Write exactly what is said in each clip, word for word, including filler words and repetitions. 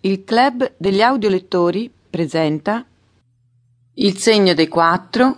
Il Club degli Audiolettori presenta Il segno dei quattro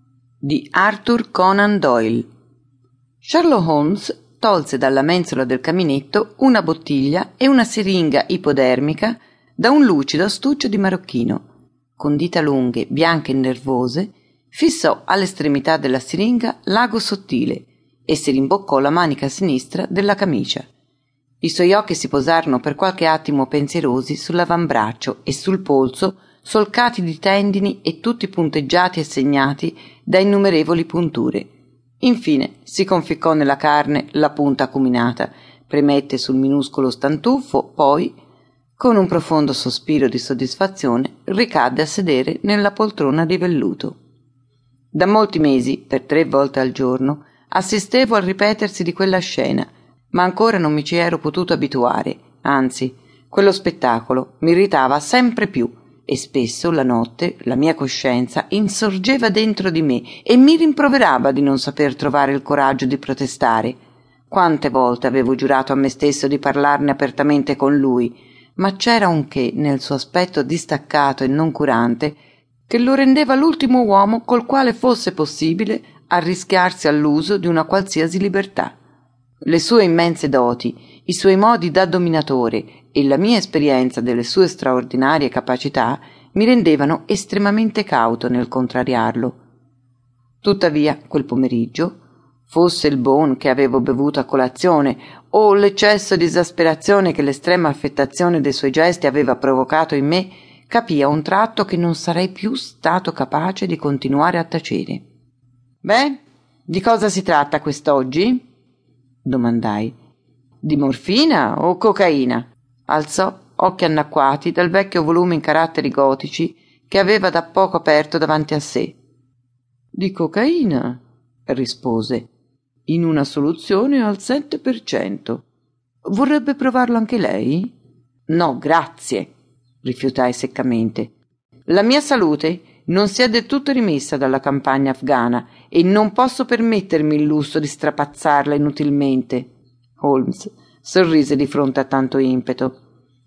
di Arthur Conan Doyle. Sherlock Holmes tolse dalla mensola del caminetto una bottiglia e una siringa ipodermica da un lucido astuccio di marocchino. Con dita lunghe, bianche e nervose, fissò all'estremità della siringa l'ago sottile e si rimboccò la manica sinistra della camicia. I suoi occhi si posarono per qualche attimo pensierosi sull'avambraccio e sul polso, solcati di tendini e tutti punteggiati e segnati da innumerevoli punture. Infine si conficcò nella carne la punta acuminata, premette sul minuscolo stantuffo, poi, con un profondo sospiro di soddisfazione, ricadde a sedere nella poltrona di velluto. Da molti mesi, per tre volte al giorno, assistevo al ripetersi di quella scena, ma ancora non mi ci ero potuto abituare, anzi, quello spettacolo mi irritava sempre più e spesso la notte la mia coscienza insorgeva dentro di me e mi rimproverava di non saper trovare il coraggio di protestare. Quante volte avevo giurato a me stesso di parlarne apertamente con lui, ma c'era un che nel suo aspetto distaccato e noncurante che lo rendeva l'ultimo uomo col quale fosse possibile arrischiarsi all'uso di una qualsiasi libertà. Le sue immense doti, i suoi modi da dominatore e la mia esperienza delle sue straordinarie capacità mi rendevano estremamente cauto nel contrariarlo. Tuttavia, quel pomeriggio, fosse il bon che avevo bevuto a colazione o l'eccesso di esasperazione che l'estrema affettazione dei suoi gesti aveva provocato in me, capii a un tratto che non sarei più stato capace di continuare a tacere. «Beh, di cosa si tratta quest'oggi?» domandai. «Di morfina o cocaina?» Alzò occhi annacquati dal vecchio volume in caratteri gotici che aveva da poco aperto davanti a sé. «Di cocaina», rispose, «in una soluzione al sette per cento. Vorrebbe provarlo anche lei?» «No, grazie», rifiutai seccamente. «La mia salute non si è del tutto rimessa dalla campagna afghana e non posso permettermi il lusso di strapazzarla inutilmente». Holmes sorrise di fronte a tanto impeto.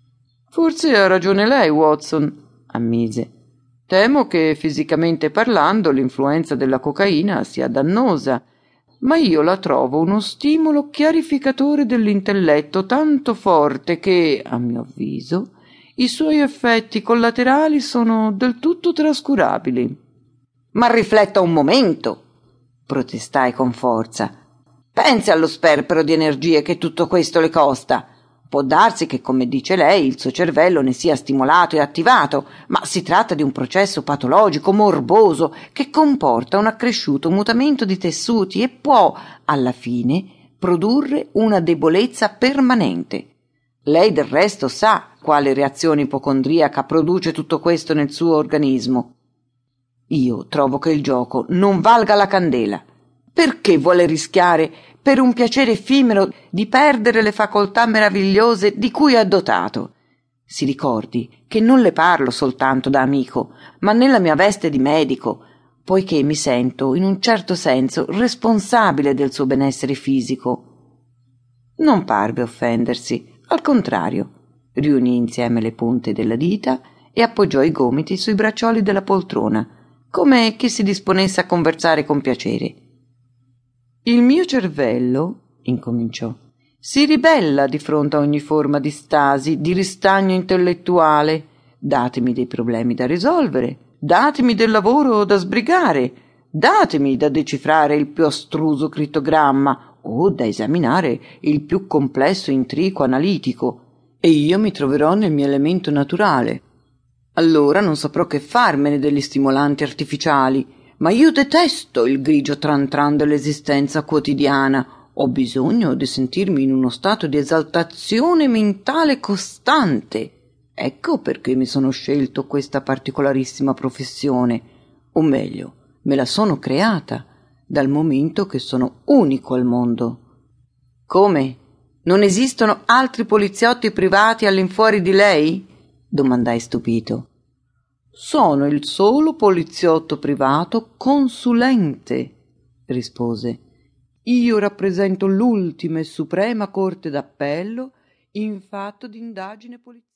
«Forse ha ragione lei, Watson», ammise. «Temo che, fisicamente parlando, l'influenza della cocaina sia dannosa, ma io la trovo uno stimolo chiarificatore dell'intelletto tanto forte che, a mio avviso, i suoi effetti collaterali sono del tutto trascurabili». «Ma rifletta un momento», protestai con forza. «Pensi allo sperpero di energie che tutto questo le costa. Può darsi che, come dice lei, il suo cervello ne sia stimolato e attivato, ma si tratta di un processo patologico, morboso, che comporta un accresciuto mutamento di tessuti e può, alla fine, produrre una debolezza permanente. Lei del resto sa quale reazione ipocondriaca produce tutto questo nel suo organismo. Io trovo che il gioco non valga la candela. Perché vuole rischiare, per un piacere effimero, di perdere le facoltà meravigliose di cui è dotato? Si ricordi che non le parlo soltanto da amico, ma nella mia veste di medico, poiché mi sento, in un certo senso, responsabile del suo benessere fisico». Non parve offendersi, al contrario, riunì insieme le punte della dita e appoggiò i gomiti sui braccioli della poltrona, come chi si disponesse a conversare con piacere. «Il mio cervello», incominciò, «si ribella di fronte a ogni forma di stasi, di ristagno intellettuale. Datemi dei problemi da risolvere, datemi del lavoro da sbrigare, datemi da decifrare il più astruso crittogramma o da esaminare il più complesso intrico analitico, e io mi troverò nel mio elemento naturale. Allora non saprò che farmene degli stimolanti artificiali, ma io detesto il grigio tran tran dell'esistenza quotidiana. Ho bisogno di sentirmi in uno stato di esaltazione mentale costante. Ecco perché mi sono scelto questa particolarissima professione, o meglio, me la sono creata, dal momento che sono unico al mondo». «Come? Non esistono altri poliziotti privati all'infuori di lei?» domandai stupito. «Sono il solo poliziotto privato consulente», rispose. «Io rappresento l'ultima e suprema corte d'appello in fatto di indagine poliziesca».